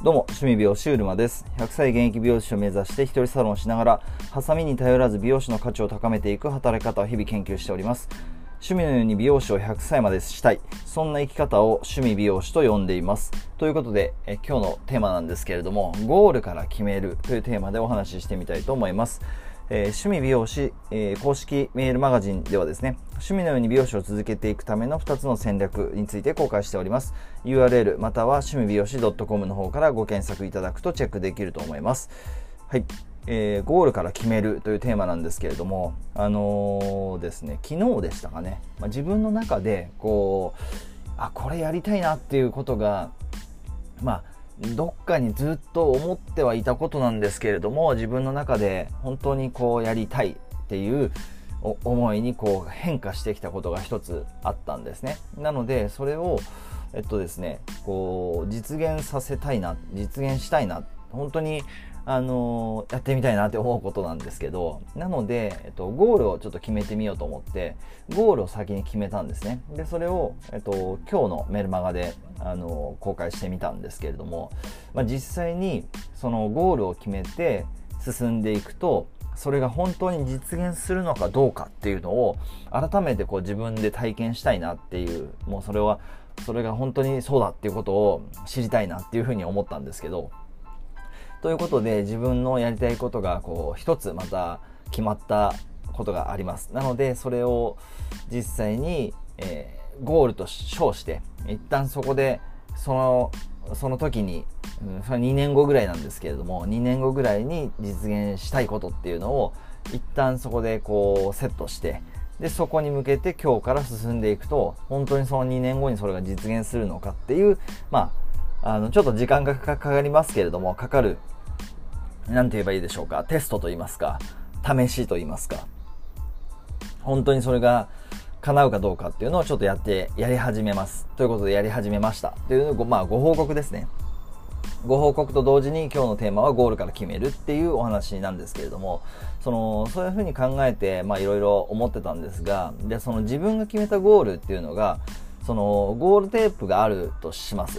どうも、趣味美容師うるまです。100歳現役美容師を目指して一人サロンしながら、ハサミに頼らず美容師の価値を高めていく働き方を日々研究しております。趣味のように美容師を100歳までしたい。そんな生き方を趣味美容師と呼んでいます。ということで、今日のテーマなんですけれども、ゴールから決めるというテーマでお話ししてみたいと思います。趣味美容師、公式メールマガジンではですね、趣味のように美容師を続けていくための2つの戦略について公開しております。URL または趣味美容師 .com の方からご検索いただくとチェックできると思います。はい、ゴールから決めるというテーマなんですけれども、ですね、昨日でしたかね、自分の中でこれやりたいなっていうことが、どっかにずっと思ってはいたことなんですけれども、自分の中で本当にやりたいっていう思いに変化してきたことが一つあったんですね。なのでそれをですね、実現させたいな、実現したいな、本当にやってみたいなって思うことなんですけど、なので、ゴールをちょっと決めてみようと思ってゴールを先に決めたんですね。でそれを、今日のメルマガで公開してみたんですけれども、実際にそのゴールを決めて進んでいくと、それが本当に実現するのかどうかっていうのを改めて自分で体験したいなっていう、もうそれが本当にそうだっていうことを知りたいなっていうふうに思ったんですけど、ということで自分のやりたいことが一つまた決まったことがあります。なのでそれを実際に、ゴールと称して一旦そこでその時に、それは2年後ぐらいなんですけれども、2年後ぐらいに実現したいことっていうのを一旦そこでセットして、でそこに向けて今日から進んでいくと、本当にその2年後にそれが実現するのかっていう、ちょっと時間がかかりますけれども、かかる、なんて言えばいいでしょうか、テストと言いますか、試しと言いますか、本当にそれが叶うかどうかっていうのをちょっとやり始めます。ということでやり始めましたというご報告ですね。ご報告と同時に今日のテーマはゴールから決めるっていうお話なんですけれども、そういうふうに考えていろいろ思ってたんですが、でその自分が決めたゴールっていうのが、そのゴールテープがあるとします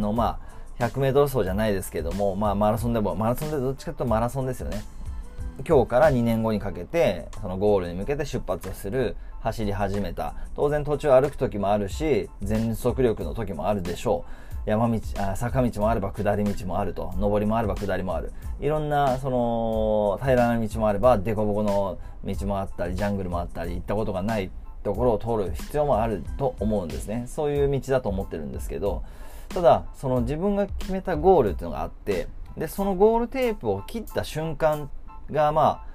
。100m 走じゃないですけども、マラソンでどっちかというとマラソンですよね。今日から2年後にかけてそのゴールに向けて出発する、走り始めた。当然途中歩く時もあるし、全速力の時もあるでしょう。坂道もあれば下り道もあると、上りもあれば下りもある、いろんな平らな道もあれば凸凹の道もあったり、ジャングルもあったり、行ったことがないところを通る必要もあると思うんですね。そういう道だと思ってるんですけど、ただその自分が決めたゴールっていうのがあって、でそのゴールテープを切った瞬間が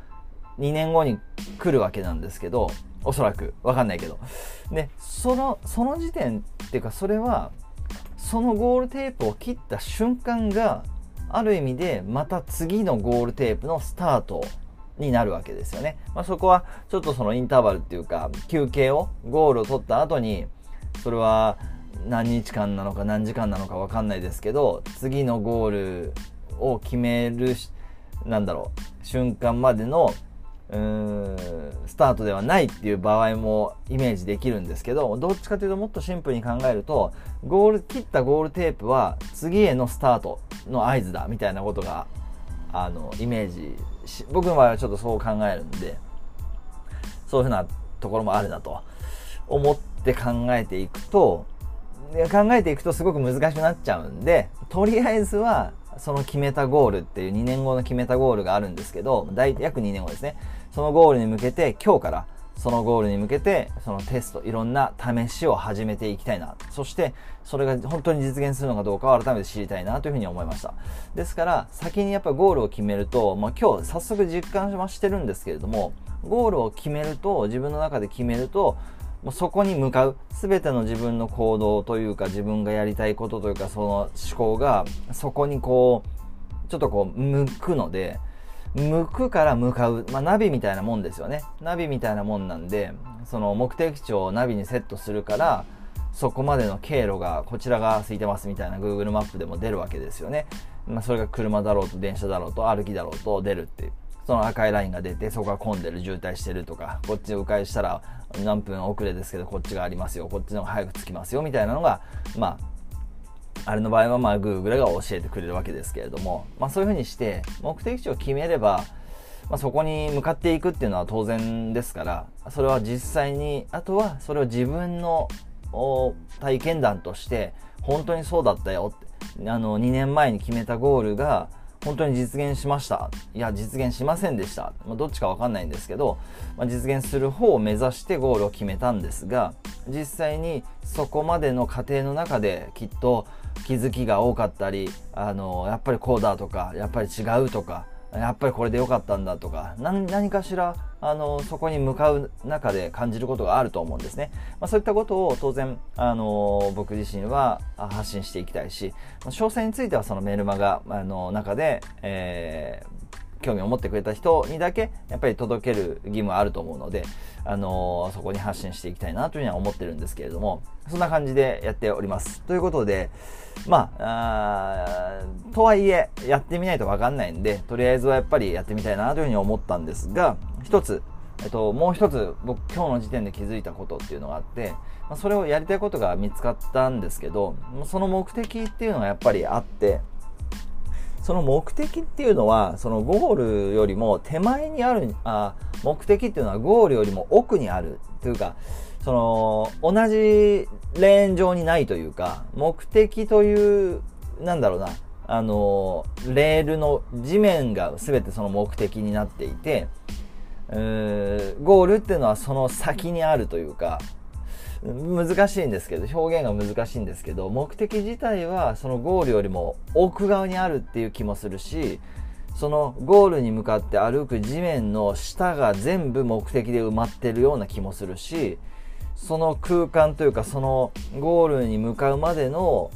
2年後に来るわけなんですけど、おそらくわかんないけど、でその時点っていうか、それはそのゴールテープを切った瞬間がある意味でまた次のゴールテープのスタートになるわけですよね。そこはちょっとそのインターバルっていうか休憩を、ゴールを取った後に、それは何日間なのか何時間なのか分かんないですけど、次のゴールを決める瞬間までのスタートではないっていう場合もイメージできるんですけど、どっちかというともっとシンプルに考えると、切ったゴールテープは次へのスタートの合図だみたいなことがイメージ僕の場合はちょっとそう考えるんで、そういうふうなところもあるなと思って考えていくとすごく難しくなっちゃうんで、とりあえずはその決めたゴールっていう2年後の決めたゴールがあるんですけど、約2年後ですね。そのゴールに向けて、今日からそのゴールに向けてそのテスト、いろんな試しを始めていきたいな、そしてそれが本当に実現するのかどうかを改めて知りたいなというふうに思いました。ですから先にやっぱりゴールを決めると、今日早速実感はしてるんですけれども、ゴールを決めると、自分の中で決めると、もうそこに向かう全ての自分の行動というか、自分がやりたいことというか、その思考がそこにちょっと向くので、向くから向かう、ナビみたいなもんですよね。ナビみたいなもんなんで、その目的地をナビにセットするから、そこまでの経路がこちらが空いてますみたいな Google マップでも出るわけですよね。それが車だろうと電車だろうと歩きだろうと出るっていう、その赤いラインが出て、そこが混んでる、渋滞してるとか、こっちを迂回したら何分遅れですけどこっちがありますよ、こっちの方が早く着きますよみたいなのがあれの場合はGoogle が教えてくれるわけですけれども、そういうふうにして目的地を決めれば、そこに向かっていくっていうのは当然ですから、それは実際に、あとはそれを自分の体験談として本当にそうだったよって、2年前に決めたゴールが本当に実現しました、いや実現しませんでした、どっちか分かんないんですけど、実現する方を目指してゴールを決めたんですが、実際にそこまでの過程の中できっと気づきが多かったり、やっぱりこうだとか、やっぱり違うとか、やっぱりこれで良かったんだとか、何かしらそこに向かう中で感じることがあると思うんですね。そういったことを当然僕自身は発信していきたいし、詳細についてはそのメルマガ中で、興味を持ってくれた人にだけやっぱり届ける義務はあると思うので、そこに発信していきたいなというふうには思ってるんですけれども、そんな感じでやっております。ということで、とはいえやってみないと分かんないんで、とりあえずはやっぱりやってみたいなというふうに思ったんですが、もう一つ僕今日の時点で気づいたことっていうのがあって、それをやりたいことが見つかったんですけど、その目的っていうのがやっぱりあって、その目的っていうのはそのゴールよりも手前にある、目的っていうのはゴールよりも奥にあるというか、その同じレーン上にないというか、目的というレールの地面が全てその目的になっていて、ゴールっていうのはその先にあるというか、難しいんですけど、表現が難しいんですけど、目的自体はそのゴールよりも奥側にあるっていう気もするし、そのゴールに向かって歩く地面の下が全部目的で埋まってるような気もするし、その空間というか、そのゴールに向かうまでの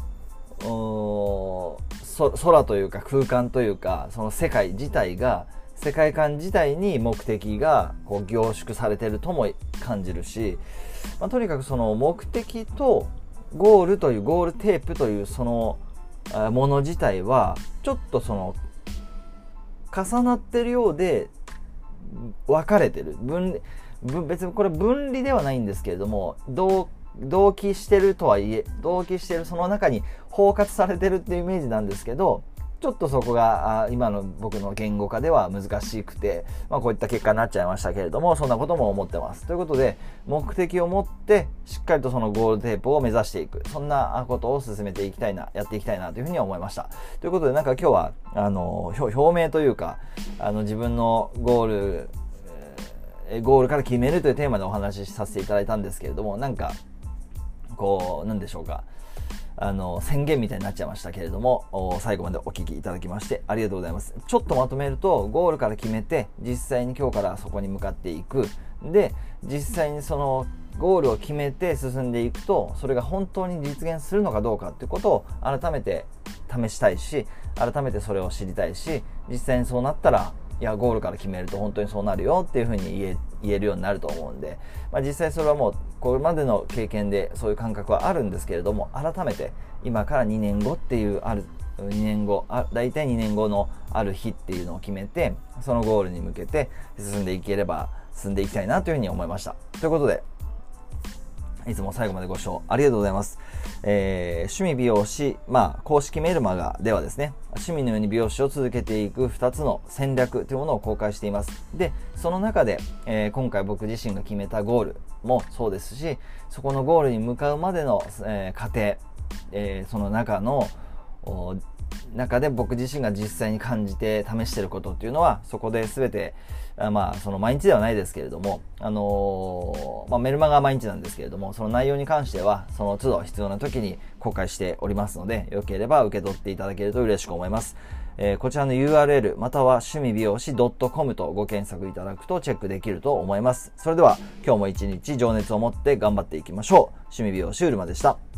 空というか空間というか、その世界観自体に目的がこう凝縮されているとも感じるし、とにかくその目的とゴールというゴールテープというそのもの自体はちょっとその重なってるようで分かれてる、別にこれ分離ではないんですけれども、同期してるとはいえ、同期してるその中に包括されてるっていうイメージなんですけど、ちょっとそこが今の僕の言語化では難しくて、こういった結果になっちゃいましたけれども、そんなことも思ってます。ということで、目的を持ってしっかりとそのゴールテープを目指していく、そんなことを進めていきたいな、やっていきたいなというふうに思いました。ということで、今日は表明というか、自分のゴールから決めるというテーマでお話しさせていただいたんですけれども、なんでしょうか、宣言みたいになっちゃいましたけれども、最後までお聞きいただきましてありがとうございます。ちょっとまとめると、ゴールから決めて実際に今日からそこに向かっていく。で、実際にそのゴールを決めて進んでいくと、それが本当に実現するのかどうかということを改めて試したいし、改めてそれを知りたいし、実際にそうなったら、いやゴールから決めると本当にそうなるよっていうふうに言えるようになると思うんで、実際それはもうこれまでの経験でそういう感覚はあるんですけれども、改めて今から2年後っていう大体2年後のある日っていうのを決めて、そのゴールに向けて進んでいきたいなというふうに思いました。ということで、いつも最後までご視聴ありがとうございます。趣味美容師、公式メルマガではですね、趣味のように美容師を続けていく2つの戦略というものを公開しています。で、その中で、今回僕自身が決めたゴールもそうですし、そこのゴールに向かうまでの、過程、その中で僕自身が実際に感じて試していることっていうのは、そこで全てその毎日ではないですけれども、メルマガは毎日なんですけれども、その内容に関してはその都度必要な時に公開しておりますので、よければ受け取っていただけると嬉しく思います。こちらの URL または趣味美容師 .com とご検索いただくとチェックできると思います。それでは今日も一日情熱を持って頑張っていきましょう。趣味美容師うるまでした。